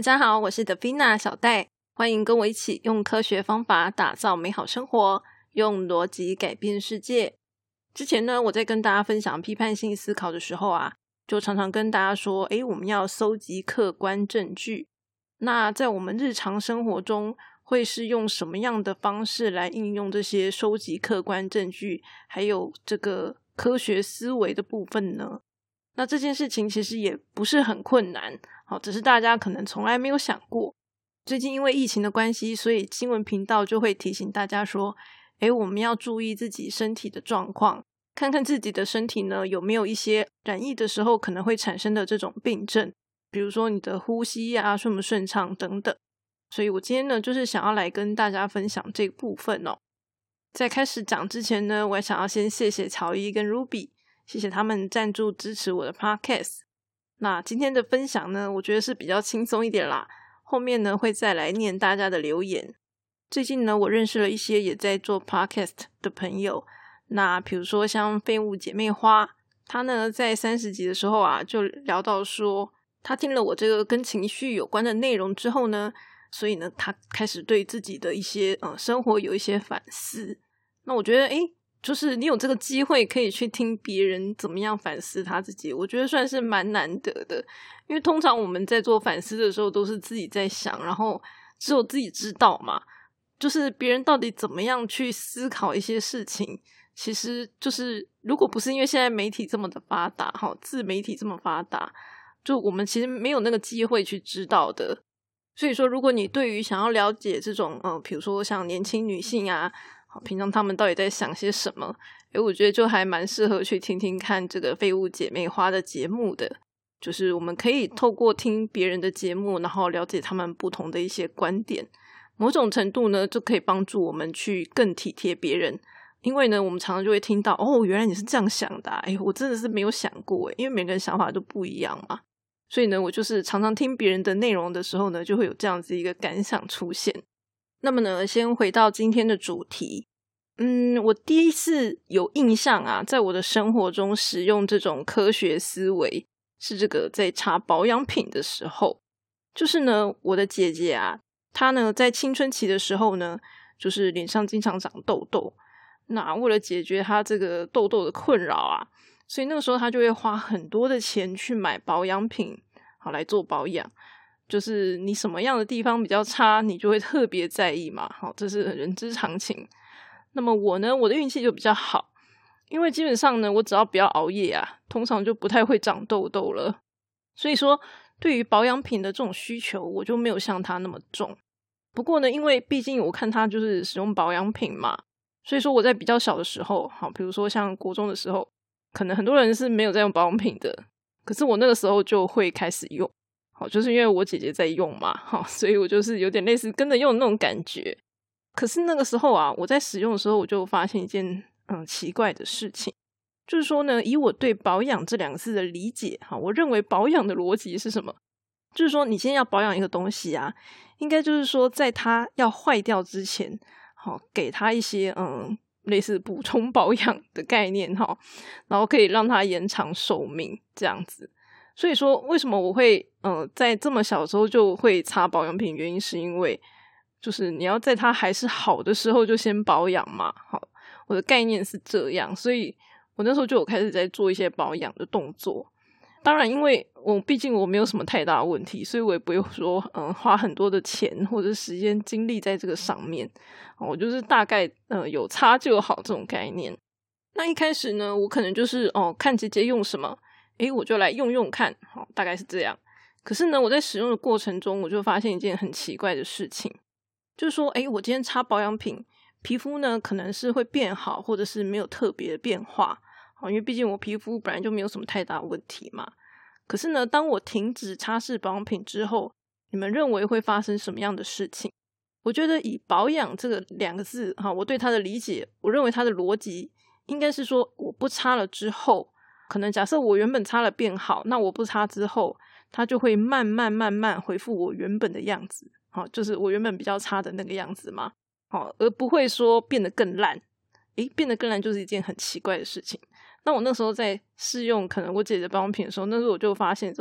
大家好，我是 Davina 小戴，欢迎跟我一起用科学方法打造美好生活，用逻辑改变世界。之前呢，我在跟大家分享批判性思考的时候啊，就常常跟大家说，我们要搜集客观证据。那在我们日常生活中，会是用什么样的方式来应用这些收集客观证据，还有这个科学思维的部分呢？那这件事情其实也不是很困难，只是大家可能从来没有想过。最近因为疫情的关系，所以新闻频道就会提醒大家说，我们要注意自己身体的状况，看看自己的身体呢有没有一些染疫的时候可能会产生的这种病症，比如说你的呼吸啊顺不顺畅等等。所以我今天呢就是想要来跟大家分享这个部分哦。在开始讲之前呢，我也想要先谢谢乔伊跟 Ruby， 谢谢他们赞助支持我的 Podcast。 那今天的分享呢，我觉得是比较轻松一点啦，后面呢会再来念大家的留言。最近呢我认识了一些也在做 Podcast 的朋友，那比如说像废物姐妹花，她呢在30集的时候啊就聊到说，她听了我这个跟情绪有关的内容之后呢，所以呢她开始对自己的一些生活有一些反思。那我觉得就是你有这个机会可以去听别人怎么样反思他自己，我觉得算是蛮难得的。因为通常我们在做反思的时候都是自己在想，然后只有自己知道嘛，就是别人到底怎么样去思考一些事情，其实就是如果不是因为现在媒体这么的发达，自媒体这么发达，就我们其实没有那个机会去知道的。所以说如果你对于想要了解这种比如说像年轻女性啊，平常他们到底在想些什么，我觉得就还蛮适合去听听看这个废物姐妹花的节目的。就是我们可以透过听别人的节目，然后了解他们不同的一些观点，某种程度呢就可以帮助我们去更体贴别人。因为呢我们常常就会听到原来你是这样想的啊，我真的是没有想过因为每个人想法都不一样嘛。所以呢我就是常常听别人的内容的时候呢，就会有这样子一个感想出现。那么呢先回到今天的主题。我第一次有印象啊，在我的生活中使用这种科学思维，是这个在查保养品的时候。就是呢我的姐姐啊，她呢在青春期的时候呢，就是脸上经常长痘痘。那为了解决她这个痘痘的困扰啊，所以那个时候她就会花很多的钱去买保养品，来做保养。就是你什么样的地方比较差，你就会特别在意嘛，这是人之常情。那么我呢，我的运气就比较好，因为基本上呢我只要不要熬夜啊，通常就不太会长痘痘了。所以说对于保养品的这种需求，我就没有像他那么重。不过呢，因为毕竟我看他就是使用保养品嘛，所以说我在比较小的时候，比如说像国中的时候，可能很多人是没有在用保养品的，可是我那个时候就会开始用。就是因为我姐姐在用嘛，所以我就是有点类似跟着用的那种感觉。可是那个时候啊，我在使用的时候，我就发现一件奇怪的事情，就是说呢，以我对保养这两个字的理解，我认为保养的逻辑是什么？就是说你今天要保养一个东西啊，应该就是说在它要坏掉之前，给它一些类似补充保养的概念，然后可以让它延长寿命这样子。所以说为什么我会在这么小的时候就会擦保养品，原因是因为就是你要在它还是好的时候就先保养嘛。我的概念是这样，所以我那时候就有开始在做一些保养的动作。当然因为毕竟我没有什么太大的问题，所以我也不会说花很多的钱或者时间精力在这个上面。我就是大概有擦就好这种概念。那一开始呢，我可能就是看姐姐用什么，我就来用用看，大概是这样。可是呢我在使用的过程中，我就发现一件很奇怪的事情，就是说我今天擦保养品，皮肤呢可能是会变好，或者是没有特别的变化，因为毕竟我皮肤本来就没有什么太大的问题嘛。可是呢当我停止擦拭保养品之后，你们认为会发生什么样的事情？我觉得以保养这个两个字我对它的理解，我认为它的逻辑应该是说，我不擦了之后，可能假设我原本擦了变好，那我不擦之后，它就会慢慢恢复我原本的样子，就是我原本比较差的那个样子嘛，而不会说变得更烂。变得更烂就是一件很奇怪的事情。那我那时候在试用可能我姐姐的保养品的时候，那时候我就发现这种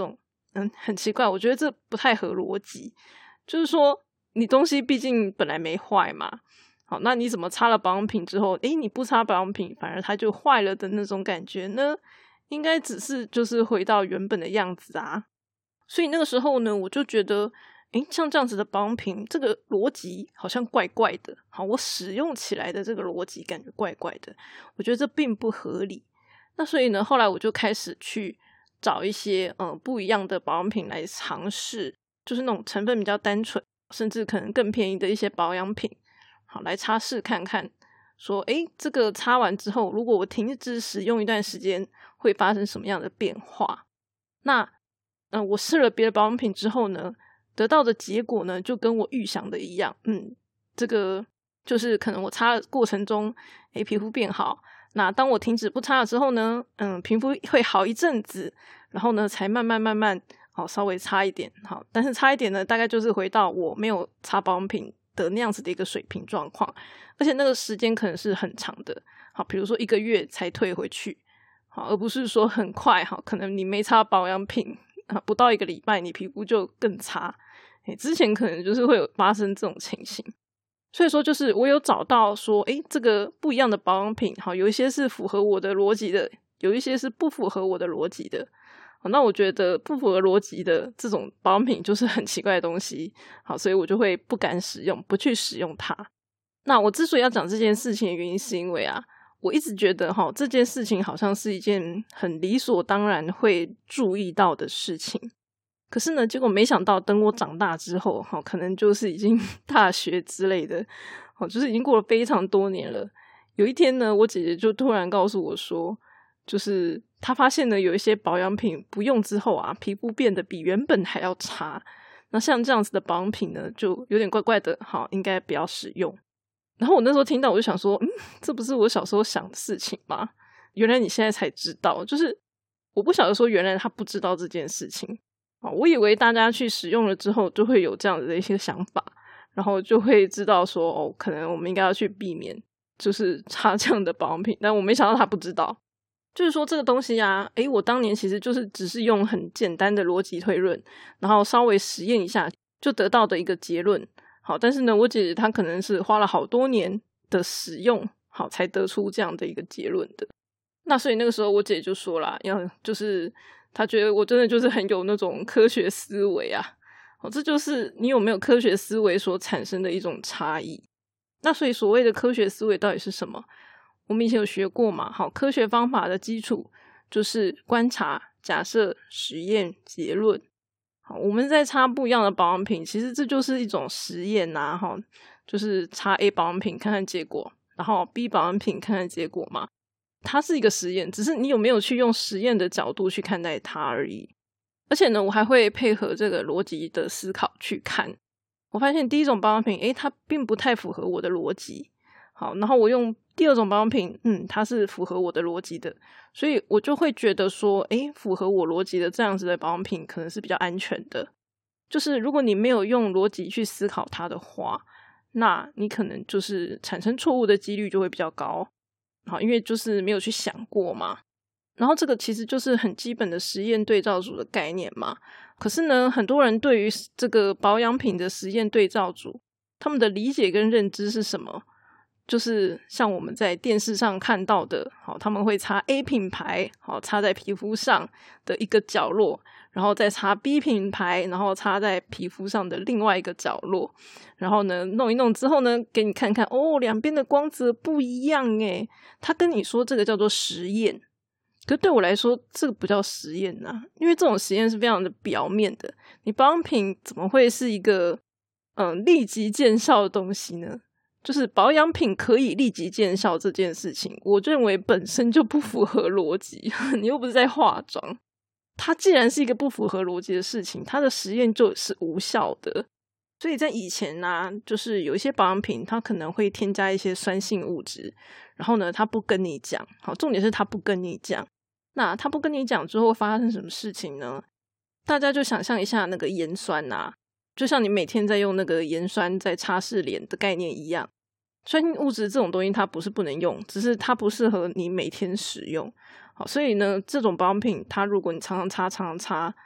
很奇怪，我觉得这不太合逻辑。就是说你东西毕竟本来没坏嘛，好，那你怎么擦了保养品之后，你不擦保养品反而它就坏了的那种感觉呢？应该只是就是回到原本的样子啊。所以那个时候呢，我就觉得像这样子的保养品，这个逻辑好像怪怪的。好，我使用起来的这个逻辑感觉怪怪的，我觉得这并不合理。那所以呢，后来我就开始去找一些不一样的保养品来尝试，就是那种成分比较单纯，甚至可能更便宜的一些保养品，好，来擦试看看，说这个擦完之后，如果我停止使用一段时间，会发生什么样的变化。那我试了别的保养品之后呢，得到的结果呢就跟我预想的一样，这个就是可能我擦的过程中皮肤变好，那当我停止不擦了之后呢，皮肤会好一阵子，然后呢才慢慢稍微擦一点，好，但是擦一点呢大概就是回到我没有擦保养品的那样子的一个水平状况，而且那个时间可能是很长的，好，比如说1个月才退回去，好，而不是说很快，好，可能你没擦保养品不到1个礼拜你皮肤就更差，之前可能就是会有发生这种情形。所以说就是我有找到说这个不一样的保养品，好，有一些是符合我的逻辑的，有一些是不符合我的逻辑的。好，那我觉得不符合逻辑的这种保养品就是很奇怪的东西，好，所以我就会不敢使用，不去使用它。那我之所以要讲这件事情的原因是因为我一直觉得这件事情好像是一件很理所当然会注意到的事情，可是呢结果没想到等我长大之后，可能就是已经大学之类的，就是已经过了非常多年了。有一天呢，我姐姐就突然告诉我说，就是她发现呢有一些保养品不用之后皮肤变得比原本还要差，那像这样子的保养品呢就有点怪怪的，应该不要使用。然后我那时候听到我就想说这不是我小时候想的事情吗？原来你现在才知道，就是我不晓得说原来他不知道这件事情，我以为大家去使用了之后就会有这样子的一些想法，然后就会知道说可能我们应该要去避免就是擦这样的保养品，但我没想到他不知道。就是说这个东西我当年其实就是只是用很简单的逻辑推论，然后稍微实验一下就得到的一个结论。好，但是呢我姐姐她可能是花了好多年的使用，好才得出这样的一个结论的。那所以那个时候我姐姐就说啦，就是她觉得我真的就是很有那种科学思维这就是你有没有科学思维所产生的一种差异。那所以所谓的科学思维到底是什么？我们以前有学过嘛，好，科学方法的基础就是观察、假设、实验、结论。好，我们在擦不一样的保养品，其实这就是一种实验就是擦 A 保养品看看结果，然后 B 保养品看看结果嘛。它是一个实验，只是你有没有去用实验的角度去看待它而已。而且呢我还会配合这个逻辑的思考去看，我发现第一种保养品它并不太符合我的逻辑，好，然后我用第二种保养品它是符合我的逻辑的，所以我就会觉得说符合我逻辑的这样子的保养品可能是比较安全的。就是如果你没有用逻辑去思考它的话，那你可能就是产生错误的几率就会比较高，好，因为就是没有去想过嘛。然后这个其实就是很基本的实验对照组的概念嘛。可是呢很多人对于这个保养品的实验对照组，他们的理解跟认知是什么？就是像我们在电视上看到的，好，他们会擦 A 品牌，好，擦在皮肤上的一个角落，然后再擦 B 品牌，然后擦在皮肤上的另外一个角落，然后呢弄一弄之后呢给你看看两边的光泽不一样他跟你说这个叫做实验，可是对我来说这个不叫实验因为这种实验是非常的表面的，你保养品怎么会是一个立即见效的东西呢？就是保养品可以立即见效这件事情，我认为本身就不符合逻辑你又不是在化妆，它既然是一个不符合逻辑的事情，它的实验就是无效的。所以在以前就是有一些保养品它可能会添加一些酸性物质，然后呢它不跟你讲，好，重点是它不跟你讲。那它不跟你讲之后发生什么事情呢？大家就想象一下那个盐酸就像你每天在用那个盐酸在擦拭脸的概念一样，酸性物质这种东西它不是不能用，只是它不适合你每天使用。好，所以呢这种保养品它如果你常常擦，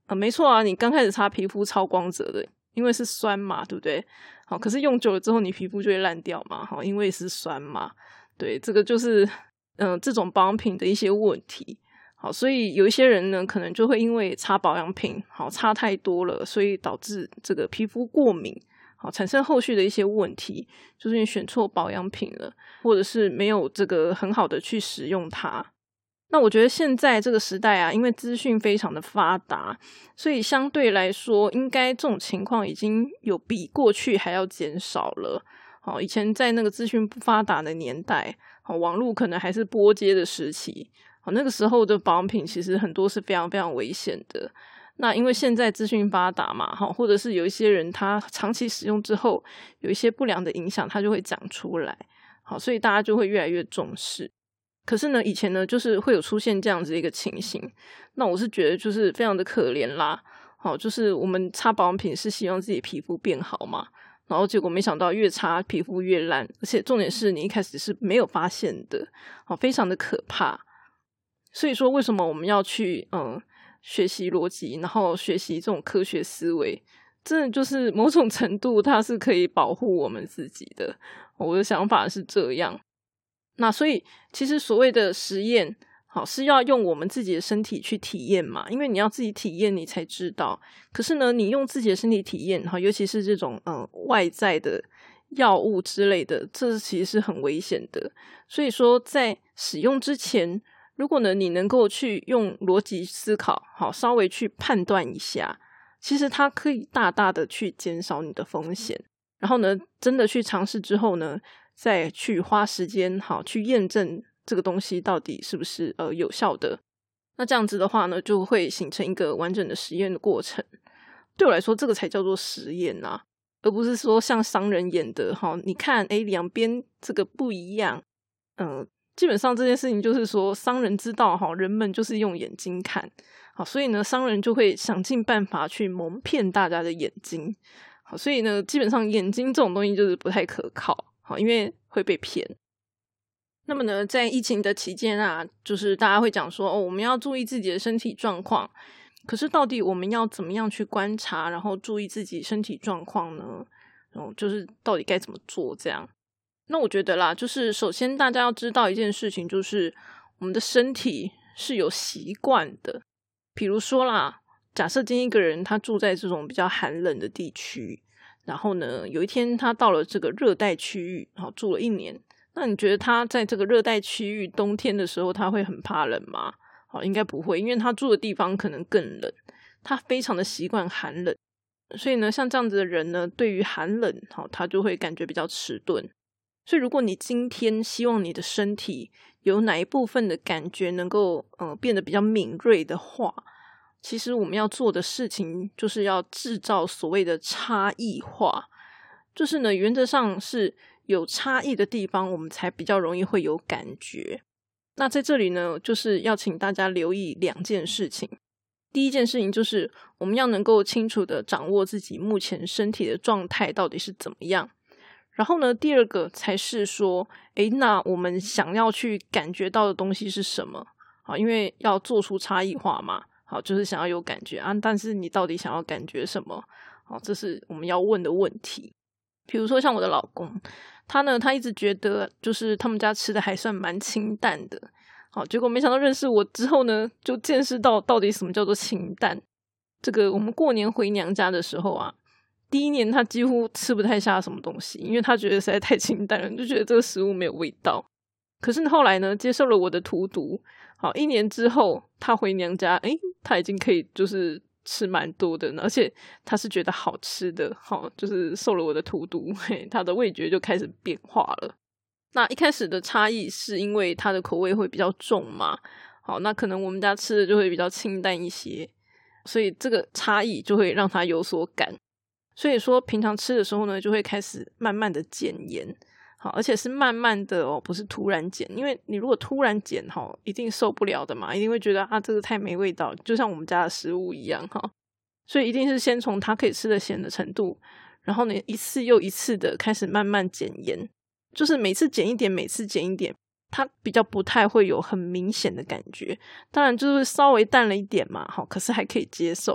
没错啊，你刚开始擦皮肤超光泽的，因为是酸嘛，对不对？好，可是用久了之后你皮肤就会烂掉嘛，好，因为是酸嘛。对，这个就是这种保养品的一些问题。好，所以有一些人呢可能就会因为擦保养品好擦太多了，所以导致这个皮肤过敏，好产生后续的一些问题，就是你选错保养品了，或者是没有这个很好的去使用它。那我觉得现在这个时代啊，因为资讯非常的发达，所以相对来说应该这种情况已经有比过去还要减少了。好，以前在那个资讯不发达的年代，好，网络可能还是拨接的时期，好，那个时候的保养品其实很多是非常非常危险的。那因为现在资讯发达嘛，或者是有一些人他长期使用之后有一些不良的影响，他就会讲出来，好，所以大家就会越来越重视。可是呢，以前呢就是会有出现这样子的一个情形，那我是觉得就是非常的可怜啦。好，就是我们擦保养品是希望自己皮肤变好嘛，然后结果没想到越擦皮肤越烂，而且重点是你一开始是没有发现的，好，非常的可怕。所以说为什么我们要去学习逻辑，然后学习这种科学思维，真的就是某种程度它是可以保护我们自己的。我的想法是这样。那所以其实所谓的实验好是要用我们自己的身体去体验嘛，因为你要自己体验你才知道。可是呢你用自己的身体体验，尤其是这种外在的药物之类的，这其实是很危险的。所以说在使用之前，如果呢你能够去用逻辑思考，好稍微去判断一下，其实它可以大大的去减少你的风险。然后呢真的去尝试之后呢，再去花时间好去验证这个东西到底是不是有效的。那这样子的话呢，就会形成一个完整的实验的过程。对我来说这个才叫做实验啊，而不是说像商人演的你看两边这个不一样。基本上这件事情就是说商人知道人们就是用眼睛看，好，所以呢商人就会想尽办法去蒙骗大家的眼睛。好，所以呢基本上眼睛这种东西就是不太可靠，好，因为会被骗。那么呢在疫情的期间啊，就是大家会讲说我们要注意自己的身体状况，可是到底我们要怎么样去观察然后注意自己身体状况呢？就是到底该怎么做这样。那我觉得啦，就是首先大家要知道一件事情，就是我们的身体是有习惯的。比如说啦，假设今天一个人他住在这种比较寒冷的地区，然后呢有一天他到了这个热带区域，住了1年，那你觉得他在这个热带区域冬天的时候他会很怕冷吗？应该不会，因为他住的地方可能更冷，他非常的习惯寒冷。所以呢像这样子的人呢，对于寒冷他就会感觉比较迟钝。所以如果你今天希望你的身体有哪一部分的感觉能够变得比较敏锐的话，其实我们要做的事情就是要制造所谓的差异化。就是呢原则上是有差异的地方我们才比较容易会有感觉。那在这里呢就是要请大家留意2件事情。第一件事情就是我们要能够清楚的掌握自己目前身体的状态到底是怎么样。然后呢第2个才是说那我们想要去感觉到的东西是什么。好，因为要做出差异化嘛，好，就是想要有感觉啊，但是你到底想要感觉什么？好，这是我们要问的问题。比如说像我的老公，他一直觉得就是他们家吃的还算蛮清淡的。好，结果没想到认识我之后呢，就见识到底什么叫做清淡。这个我们过年回娘家的时候啊，第1年他几乎吃不太下什么东西，因为他觉得实在太清淡了，就觉得这个食物没有味道。可是后来呢接受了我的荼毒，好，1年之后他回娘家，他已经可以就是吃蛮多的，而且他是觉得好吃的，好，就是受了我的荼毒，他的味觉就开始变化了。那一开始的差异是因为他的口味会比较重嘛，好，那可能我们家吃的就会比较清淡一些，所以这个差异就会让他有所感。所以说平常吃的时候呢就会开始慢慢的减盐，好，而且是慢慢的不是突然减。因为你如果突然减一定受不了的嘛，一定会觉得这个太没味道，就像我们家的食物一样所以一定是先从他可以吃的咸的程度，然后呢一次又一次的开始慢慢减盐，就是每次减一点每次减一点，它比较不太会有很明显的感觉。当然就是稍微淡了一点嘛，可是还可以接受。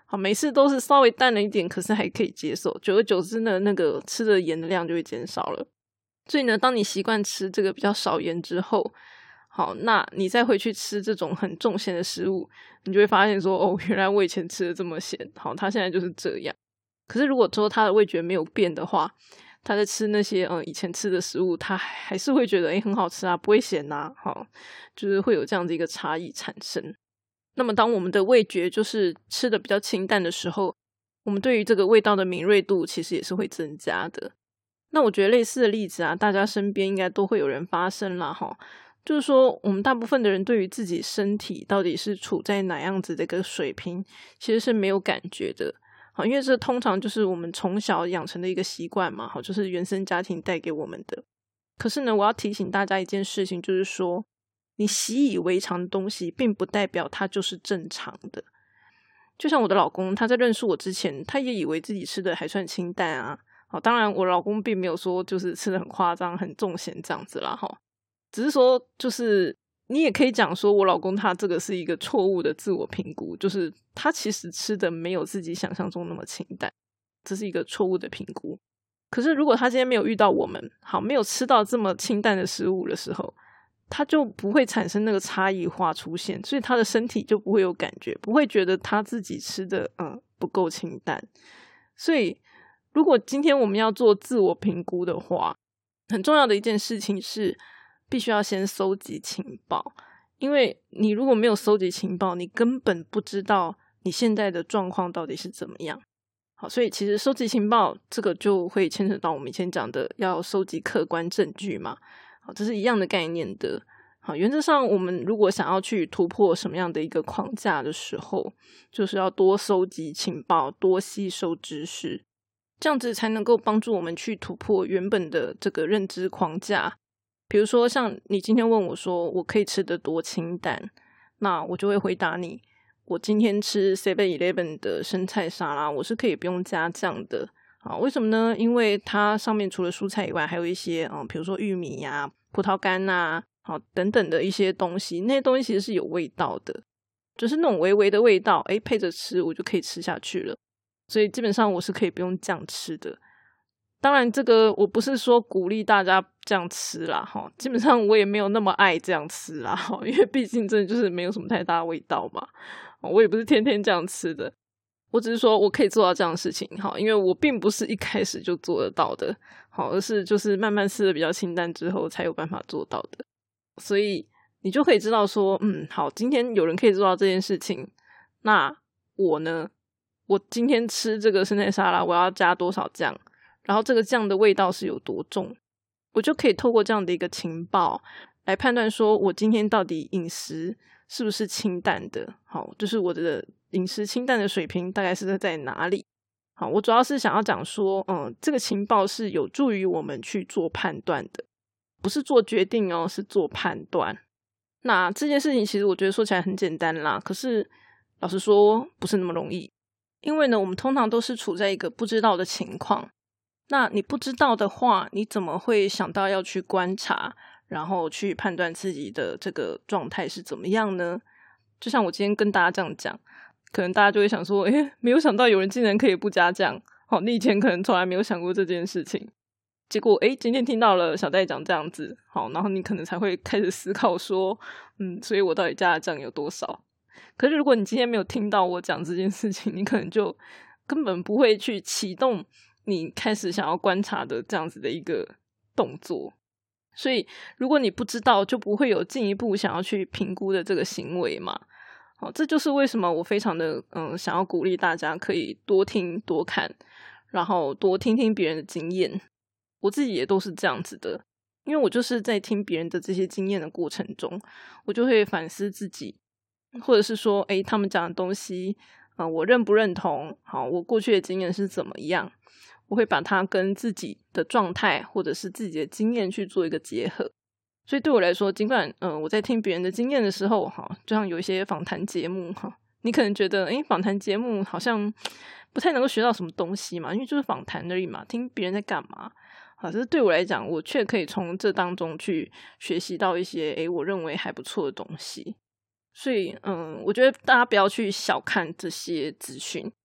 好，每次都是稍微淡了一点，可是还可以接受，久而久之呢，那个吃的盐的量就会减少了。所以呢，当你习惯吃这个比较少盐之后，好，那你再回去吃这种很重咸的食物，你就会发现说，哦，原来我以前吃的这么咸，好，他现在就是这样。可是如果说他的味觉没有变的话，他在吃那些以前吃的食物，他还是会觉得很好吃啊，不会咸啊，好，就是会有这样的一个差异产生。那么当我们的味觉就是吃的比较清淡的时候，我们对于这个味道的敏锐度其实也是会增加的。那我觉得类似的例子啊，大家身边应该都会有人发生啦齁，就是说我们大部分的人对于自己身体到底是处在哪样子的一个水平，其实是没有感觉的。好，因为这通常就是我们从小养成的一个习惯嘛，好，就是原生家庭带给我们的。可是呢，我要提醒大家一件事情，就是说你习以为常的东西并不代表它就是正常的。就像我的老公，他在认识我之前，他也以为自己吃的还算清淡啊。好，当然我老公并没有说就是吃的很夸张很重咸这样子啦齁，只是说就是你也可以讲说我老公他这个是一个错误的自我评估，就是他其实吃的没有自己想象中那么清淡，这是一个错误的评估。可是如果他今天没有遇到我们，好，没有吃到这么清淡的食物的时候，他就不会产生那个差异化出现，所以他的身体就不会有感觉，不会觉得他自己吃的不够清淡。所以如果今天我们要做自我评估的话，很重要的一件事情是必须要先收集情报，因为你如果没有收集情报，你根本不知道你现在的状况到底是怎么样。好，所以其实收集情报这个就会牵扯到我们以前讲的要收集客观证据嘛。好，这是一样的概念的。好，原则上我们如果想要去突破什么样的一个框架的时候，就是要多收集情报，多吸收知识，这样子才能够帮助我们去突破原本的这个认知框架。比如说像你今天问我说我可以吃得多清淡，那我就会回答你，我今天吃 7-Eleven 的生菜沙拉，我是可以不用加酱的。好，为什么呢？因为它上面除了蔬菜以外，还有一些比如说玉米啊、葡萄干啊，好等等的一些东西，那些东西其实是有味道的，就是那种微微的味道，配着吃我就可以吃下去了。所以基本上我是可以不用酱吃的。当然这个我不是说鼓励大家这样吃啦齁，基本上我也没有那么爱这样吃啦齁，因为毕竟真的就是没有什么太大的味道嘛，我也不是天天这样吃的。我只是说我可以做到这样的事情齁，因为我并不是一开始就做得到的齁，而是就是慢慢吃的比较清淡之后才有办法做到的。所以你就可以知道说好，今天有人可以做到这件事情，那我呢，我今天吃这个生菜沙拉我要加多少酱，然后这个酱的味道是有多重，我就可以透过这样的一个情报来判断说我今天到底饮食是不是清淡的。好，就是我的饮食清淡的水平大概是在哪里。好，我主要是想要讲说这个情报是有助于我们去做判断的，不是做决定哦，是做判断。那这件事情其实我觉得说起来很简单啦，可是老实说不是那么容易。因为呢我们通常都是处在一个不知道的情况，那你不知道的话，你怎么会想到要去观察，然后去判断自己的这个状态是怎么样呢？就像我今天跟大家这样讲，可能大家就会想说没有想到有人竟然可以不加酱。好，你以前可能从来没有想过这件事情，结果今天听到了小戴讲这样子，好，然后你可能才会开始思考说所以我到底加的酱有多少。可是如果你今天没有听到我讲这件事情，你可能就根本不会去启动你开始想要观察的这样子的一个动作。所以如果你不知道，就不会有进一步想要去评估的这个行为嘛。好，这就是为什么我非常的想要鼓励大家可以多听多看，然后多听听别人的经验。我自己也都是这样子的，因为我就是在听别人的这些经验的过程中，我就会反思自己，或者是说他们讲的东西我认不认同，好，我过去的经验是怎么样，我会把它跟自己的状态或者是自己的经验去做一个结合。所以对我来说，尽管我在听别人的经验的时候就像有一些访谈节目你可能觉得访谈节目好像不太能够学到什么东西嘛，因为就是访谈而已嘛，听别人在干嘛。可是对我来讲，我却可以从这当中去学习到一些我认为还不错的东西。所以我觉得大家不要去小看这些资讯，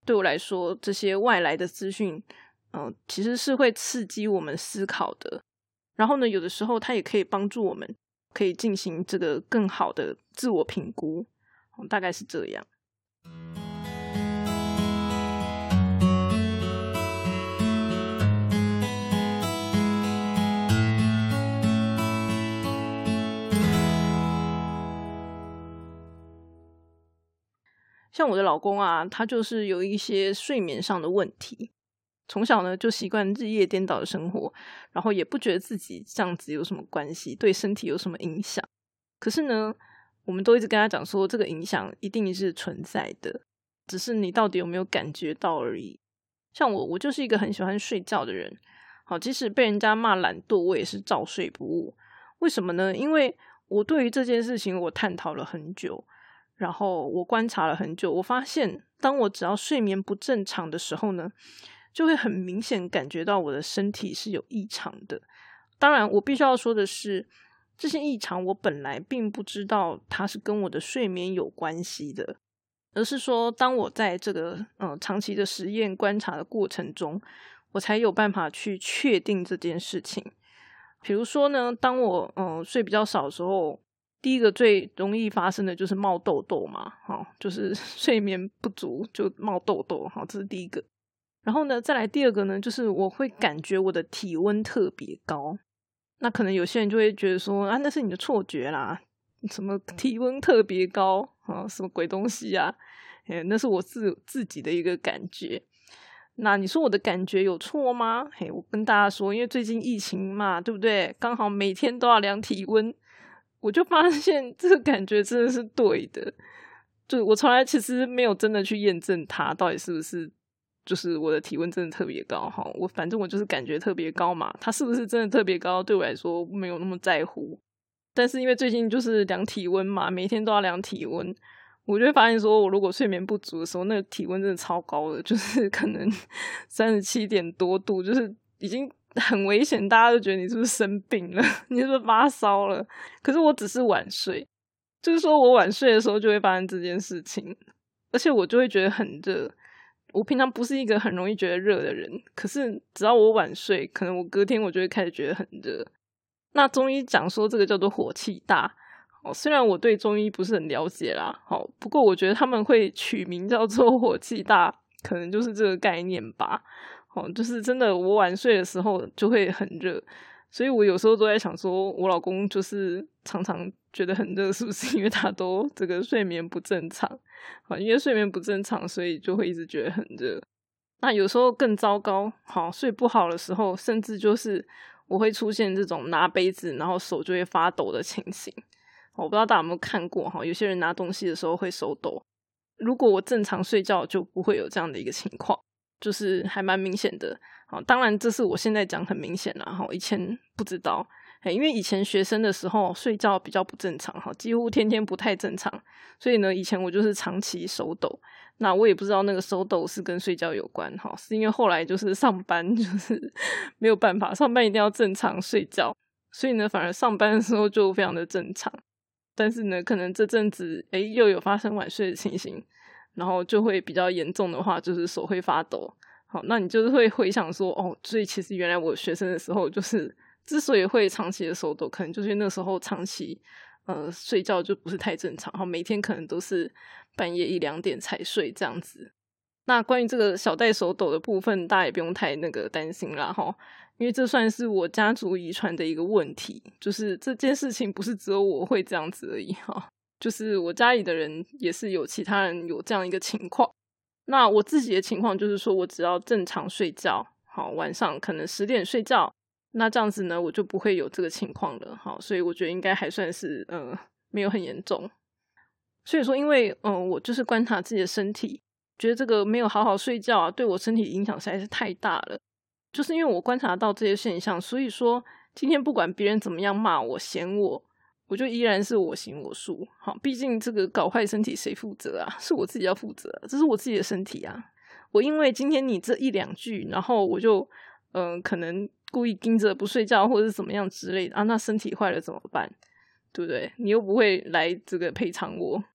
对我来说，这些外来的资讯其实是会刺激我们思考的，然后呢有的时候它也可以帮助我们可以进行这个更好的自我评估，大概是这样。像我的老公啊，他就是有一些睡眠上的问题，从小呢就习惯日夜颠倒的生活，然后也不觉得自己这样子有什么关系，对身体有什么影响。可是呢我们都一直跟他讲说，这个影响一定是存在的，只是你到底有没有感觉到而已。像我就是一个很喜欢睡觉的人，好，即使被人家骂懒惰，我也是照睡不误。为什么呢？因为我对于这件事情我探讨了很久，然后我观察了很久，我发现当我只要睡眠不正常的时候呢，就会很明显感觉到我的身体是有异常的。当然我必须要说的是，这些异常我本来并不知道它是跟我的睡眠有关系的，而是说当我在这个长期的实验观察的过程中，我才有办法去确定这件事情。比如说呢，当我睡比较少的时候，第一个最容易发生的就是冒痘痘嘛，就是睡眠不足就冒痘痘，这是第一个。然后呢再来第二个呢，就是我会感觉我的体温特别高。那可能有些人就会觉得说啊，那是你的错觉啦，什么体温特别高什么鬼东西啊，那是我自己的一个感觉。那你说我的感觉有错吗？我跟大家说，因为最近疫情嘛，对不对？刚好每天都要量体温，我就发现这个感觉真的是对的。就我从来其实没有真的去验证它到底是不是就是我的体温真的特别高，反正我就是感觉特别高嘛，它是不是真的特别高对我来说没有那么在乎。但是因为最近就是量体温嘛，每天都要量体温，我就会发现说我如果睡眠不足的时候，那个体温真的超高的，就是可能37点多度，就是已经很危险，大家都觉得你是不是生病了，你是不是发烧了。可是我只是晚睡，就是说我晚睡的时候就会发生这件事情，而且我就会觉得很热。我平常不是一个很容易觉得热的人，可是只要我晚睡，可能我隔天我就会开始觉得很热。那中医讲说这个叫做火气大，虽然我对中医不是很了解啦，不过我觉得他们会取名叫做火气大，可能就是这个概念吧。就是真的我晚睡的时候就会很热，所以我有时候都在想说，我老公就是常常觉得很热，是不是因为他都这个睡眠不正常？因为睡眠不正常，所以就会一直觉得很热。那有时候更糟糕，睡不好的时候，甚至就是我会出现这种拿杯子然后手就会发抖的情形。我不知道大家有没有看过，有些人拿东西的时候会手抖。如果我正常睡觉就不会有这样的一个情况，就是还蛮明显的。当然这是我现在讲很明显啦，以前不知道。因为以前学生的时候睡觉比较不正常，几乎天天不太正常，所以呢以前我就是长期手抖。那我也不知道那个手抖是跟睡觉有关，是因为后来就是上班就是没有办法，上班一定要正常睡觉，所以呢反而上班的时候就非常的正常。但是呢可能这阵子又有发生晚睡的情形，然后就会比较严重的话就是手会发抖。那你就是会回想说所以其实原来我学生的时候就是之所以会长期的手抖，可能就是那时候长期睡觉就不是太正常，每天可能都是半夜1-2点才睡这样子。那关于这个小戴手抖的部分，大家也不用太担心啦，因为这算是我家族遗传的一个问题，就是这件事情不是只有我会这样子而已，就是我家里的人也是有其他人有这样一个情况。那我自己的情况就是说，我只要正常睡觉，晚上可能10点睡觉，那这样子呢我就不会有这个情况了，所以我觉得应该还算是没有很严重。所以说因为我就是观察自己的身体，觉得这个没有好好睡觉对我身体影响实在是太大了。就是因为我观察到这些现象，所以说今天不管别人怎么样骂我嫌我就依然是我行我素。毕竟这个搞坏身体谁负责啊？是我自己要负责，这是我自己的身体啊。我因为今天你这1-2句，然后我就可能故意盯着不睡觉或者是怎么样之类的那身体坏了怎么办？对不对？你又不会来这个赔偿我。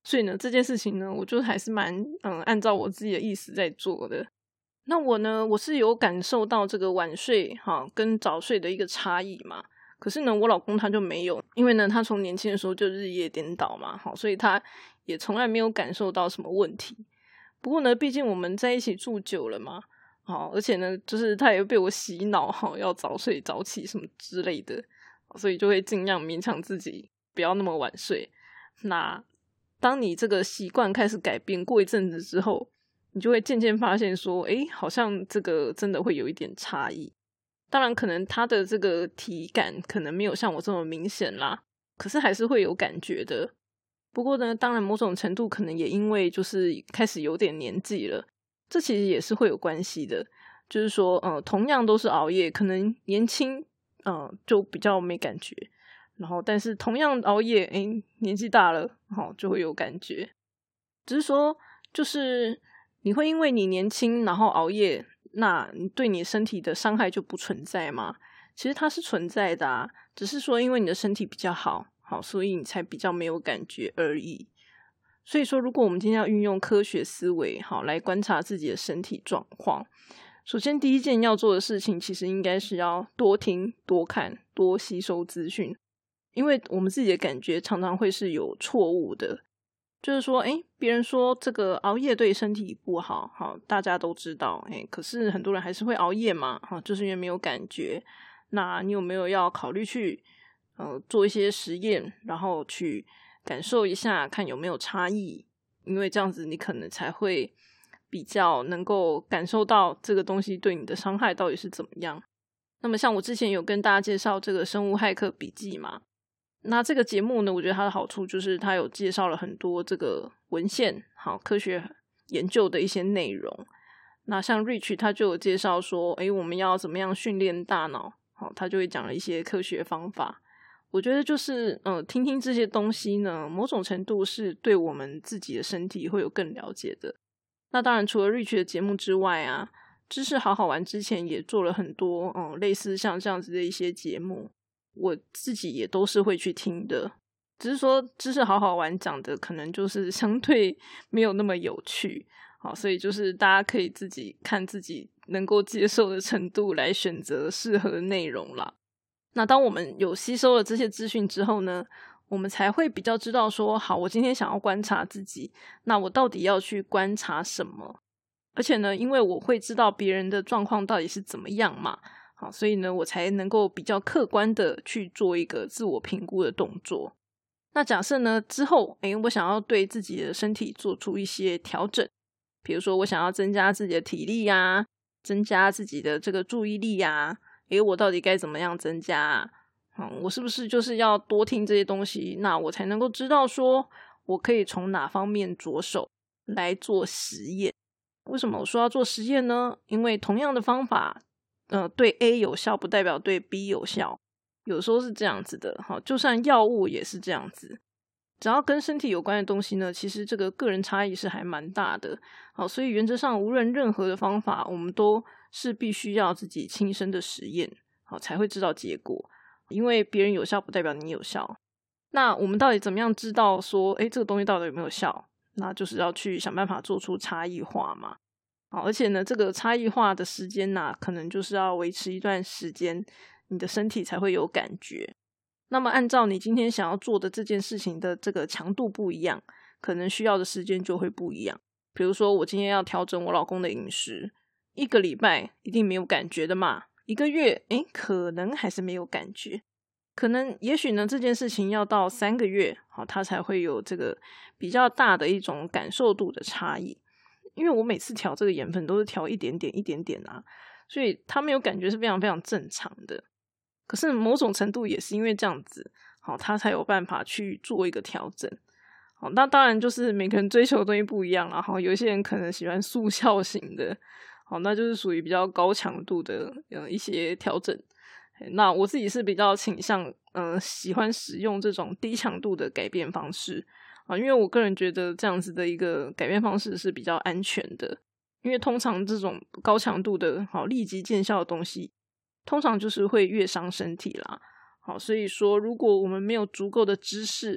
所以呢，这件事情呢，我就还是蛮按照我自己的意思在做的。那我呢，我是有感受到这个晚睡跟早睡的一个差异嘛。可是呢，我老公他就没有，因为呢，他从年轻的时候就日夜颠倒嘛，所以他也从来没有感受到什么问题。不过呢，毕竟我们在一起住久了嘛，而且呢，就是他也被我洗脑要早睡早起什么之类的，所以就会尽量勉强自己不要那么晚睡。那当你这个习惯开始改变，过一阵子之后，你就会渐渐发现说，好像这个真的会有一点差异。当然可能他的这个体感可能没有像我这么明显啦，可是还是会有感觉的。不过呢，当然某种程度可能也因为就是开始有点年纪了，这其实也是会有关系的。就是说同样都是熬夜，可能年轻就比较没感觉，然后但是同样熬夜年纪大了就会有感觉。只是说就是你会因为你年轻然后熬夜，那你对你身体的伤害就不存在吗？其实它是存在的啊，只是说因为你的身体比较好，所以你才比较没有感觉而已。所以说如果我们今天要运用科学思维来观察自己的身体状况，首先第一件要做的事情其实应该是要多听多看多吸收资讯，因为我们自己的感觉常常会是有错误的。就是说别人说这个熬夜对身体不好，大家都知道可是很多人还是会熬夜嘛，就是因为没有感觉。那你有没有要考虑去做一些实验，然后去感受一下看有没有差异，因为这样子你可能才会比较能够感受到这个东西对你的伤害到底是怎么样。那么像我之前有跟大家介绍这个生物骇客笔记嘛，那这个节目呢，我觉得它的好处就是它有介绍了很多这个文献科学研究的一些内容。那像 Rich 他就有介绍说我们要怎么样训练大脑，他就会讲了一些科学方法。我觉得就是听听这些东西呢，某种程度是对我们自己的身体会有更了解的。那当然除了 Rich 的节目之外啊，知识好好玩之前也做了很多类似像这样子的一些节目，我自己也都是会去听的。只是说知识好好玩讲的可能就是相对没有那么有趣，所以就是大家可以自己看自己能够接受的程度来选择适合的内容啦。那当我们有吸收了这些资讯之后呢，我们才会比较知道说，好，我今天想要观察自己，那我到底要去观察什么。而且呢，因为我会知道别人的状况到底是怎么样嘛，所以呢我才能够比较客观的去做一个自我评估的动作。那假设呢之后我想要对自己的身体做出一些调整，比如说我想要增加自己的体力啊，增加自己的这个注意力啊，我到底该怎么样增加啊？我是不是就是要多听这些东西，那我才能够知道说我可以从哪方面着手来做实验。为什么我说要做实验呢？因为同样的方法对 A 有效不代表对 B 有效，有时候是这样子的，就算药物也是这样子。只要跟身体有关的东西呢，其实这个个人差异是还蛮大的。所以原则上无论任何的方法，我们都是必须要自己亲身的实验才会知道结果，因为别人有效不代表你有效。那我们到底怎么样知道说这个东西到底有没有效？那就是要去想办法做出差异化嘛。而且呢这个差异化的时间可能就是要维持一段时间，你的身体才会有感觉。那么按照你今天想要做的这件事情的这个强度不一样，可能需要的时间就会不一样。比如说我今天要调整我老公的饮食，1个礼拜一定没有感觉的嘛，1个月可能还是没有感觉，可能也许呢这件事情要到3个月他才会有这个比较大的一种感受度的差异。因为我每次调这个盐分都是调一点点一点点所以他没有感觉是非常非常正常的。可是某种程度也是因为这样子他才有办法去做一个调整。那当然就是每个人追求的东西不一样啦，有些人可能喜欢速效型的，那就是属于比较高强度的一些调整。那我自己是比较倾向喜欢使用这种低强度的改变方式因为我个人觉得这样子的一个改变方式是比较安全的。因为通常这种高强度的立即见效的东西通常就是会越伤身体啦。所以说如果我们没有足够的知识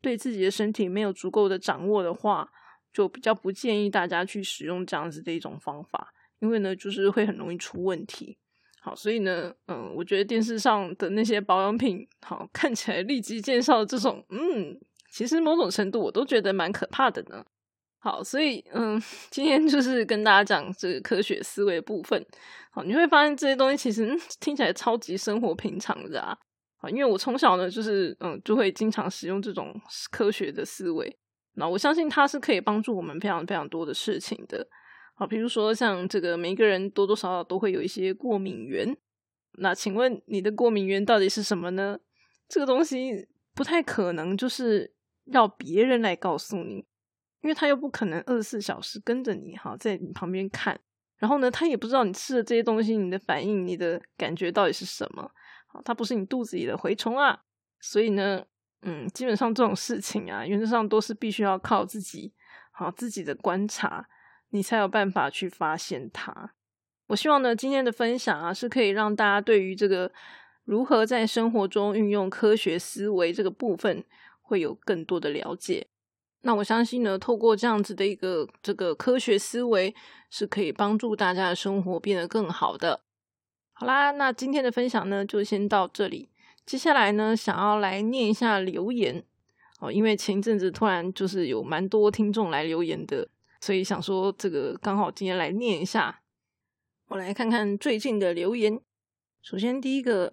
对自己的身体没有足够的掌握的话，就比较不建议大家去使用这样子的一种方法，因为呢就是会很容易出问题。好，所以呢我觉得电视上的那些保养品好看起来立即见效的这种其实某种程度我都觉得蛮可怕的呢。好，所以今天就是跟大家讲这个科学思维的部分。好，你会发现这些东西其实听起来超级生活平常的啊。好，因为我从小呢就是就会经常使用这种科学的思维，那我相信它是可以帮助我们非常非常多的事情的。好，比如说像这个每一个人多多少少都会有一些过敏源，那请问你的过敏源到底是什么呢？这个东西不太可能就是要别人来告诉你，因为他又不可能24小时跟着你在你旁边看，然后呢他也不知道你吃的这些东西你的反应你的感觉到底是什么，它不是你肚子里的蛔虫啊。所以呢基本上这种事情啊原则上都是必须要靠自己的观察，你才有办法去发现它。我希望呢今天的分享啊是可以让大家对于这个如何在生活中运用科学思维这个部分会有更多的了解。那我相信呢透过这样子的一个这个科学思维是可以帮助大家的生活变得更好的。好啦，那今天的分享呢就先到这里，接下来呢想要来念一下留言因为前一阵子突然就是有蛮多听众来留言的，所以想说这个刚好今天来念一下。我来看看最近的留言。首先第一个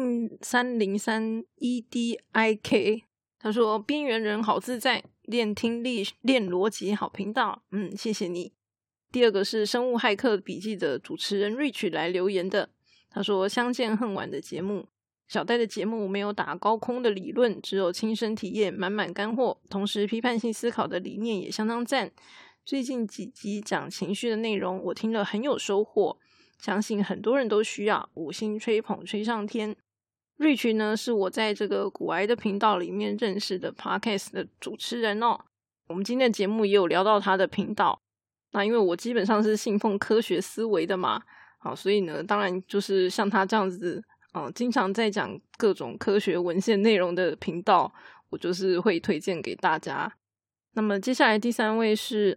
in3031DIK， 他说边缘人好自在，练听力练逻辑好频道，谢谢你。第二个是生物骇客笔记的主持人 Rich 来留言的，他说相见恨晚的节目，小戴的节目没有打高空的理论，只有亲身体验，满满干货，同时批判性思考的理念也相当赞。最近几集讲情绪的内容我听了很有收获，相信很多人都需要，5星吹捧吹上天。Rich 呢是我在这个股癌的频道里面认识的 Podcast 的主持人哦，我们今天的节目也有聊到他的频道。那因为我基本上是信奉科学思维的嘛，好，所以呢当然就是像他这样子经常在讲各种科学文献内容的频道，我就是会推荐给大家。那么接下来第3位是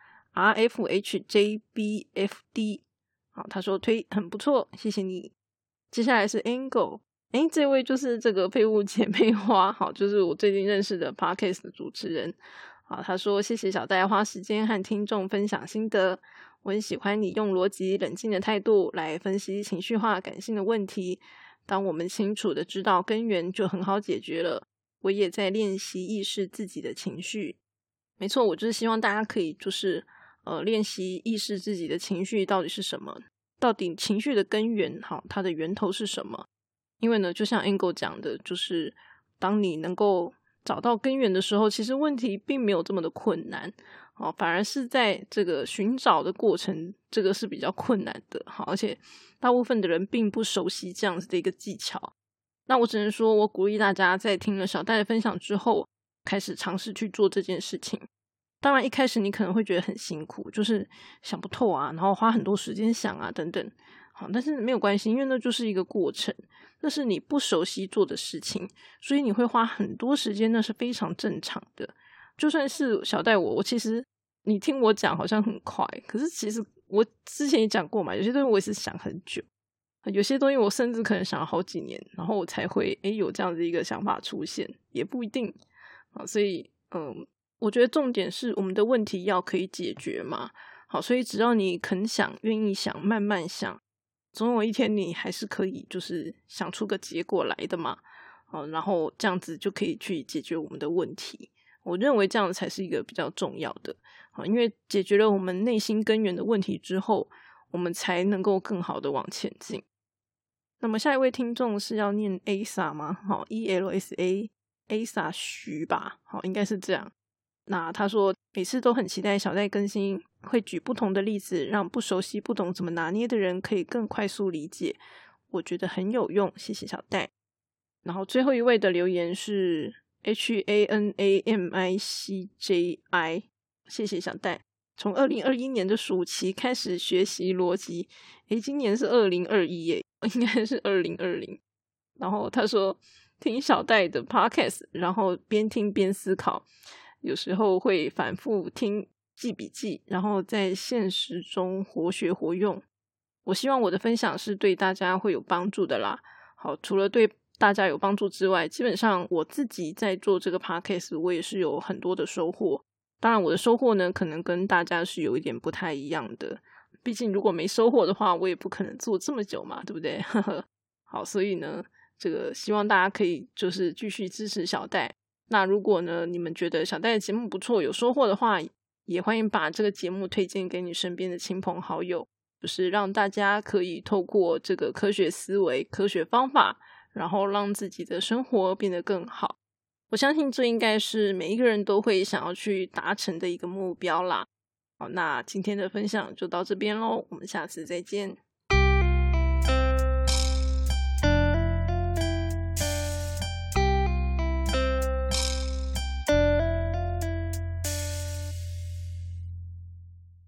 RFHJBFD， 好，他说推很不错，谢谢你。接下来是 Angle， 这位就是这个废物姐妹花，好，就是我最近认识的 Podcast 的主持人。好，他说谢谢小戴花时间和听众分享心得，我很喜欢你用逻辑冷静的态度来分析情绪化感性的问题，当我们清楚的知道根源就很好解决了。我也在练习意识自己的情绪。没错，我就是希望大家可以就是练习意识自己的情绪到底是什么，到底情绪的根源它的源头是什么。因为呢就像 Angle 讲的，就是当你能够找到根源的时候，其实问题并没有这么的困难反而是在这个寻找的过程，这个是比较困难的而且大部分的人并不熟悉这样子的一个技巧。那我只能说我鼓励大家在听了小戴的分享之后开始尝试去做这件事情。当然一开始你可能会觉得很辛苦，就是想不透啊，然后花很多时间想啊等等，好，但是没有关系，因为那就是一个过程，那是你不熟悉做的事情，所以你会花很多时间，那是非常正常的。就算是小戴我其实你听我讲好像很快，可是其实我之前也讲过嘛，有些东西我也是想很久，有些东西我甚至可能想了好几年，然后我才会有这样子一个想法出现，也不一定所以我觉得重点是我们的问题要可以解决嘛。好，所以只要你肯想愿意想慢慢想，总有一天你还是可以就是想出个结果来的嘛然后这样子就可以去解决我们的问题。我认为这样才是一个比较重要的因为解决了我们内心根源的问题之后，我们才能够更好的往前进。那么下一位听众是要念 ASA 吗？ELSA ASA 徐吧，应该是这样。那他说每次都很期待小戴更新，会举不同的例子，让不熟悉不懂怎么拿捏的人可以更快速理解，我觉得很有用，谢谢小戴。然后最后一位的留言是 HANAMICJI， 谢谢小戴，从2021年的暑期开始学习逻辑，今年是2021耶，应该是2020。然后他说听小戴的 podcast， 然后边听边思考，有时候会反复听记笔记，然后在现实中活学活用。我希望我的分享是对大家会有帮助的啦。好，除了对大家有帮助之外，基本上我自己在做这个 podcast 我也是有很多的收获。当然我的收获呢可能跟大家是有一点不太一样的，毕竟如果没收获的话我也不可能做这么久嘛，对不对？好，所以呢这个希望大家可以就是继续支持小戴。那如果呢你们觉得小戴的节目不错有收获的话，也欢迎把这个节目推荐给你身边的亲朋好友，就是让大家可以透过这个科学思维科学方法，然后让自己的生活变得更好。我相信这应该是每一个人都会想要去达成的一个目标啦。好，那今天的分享就到这边咯，我们下次再见。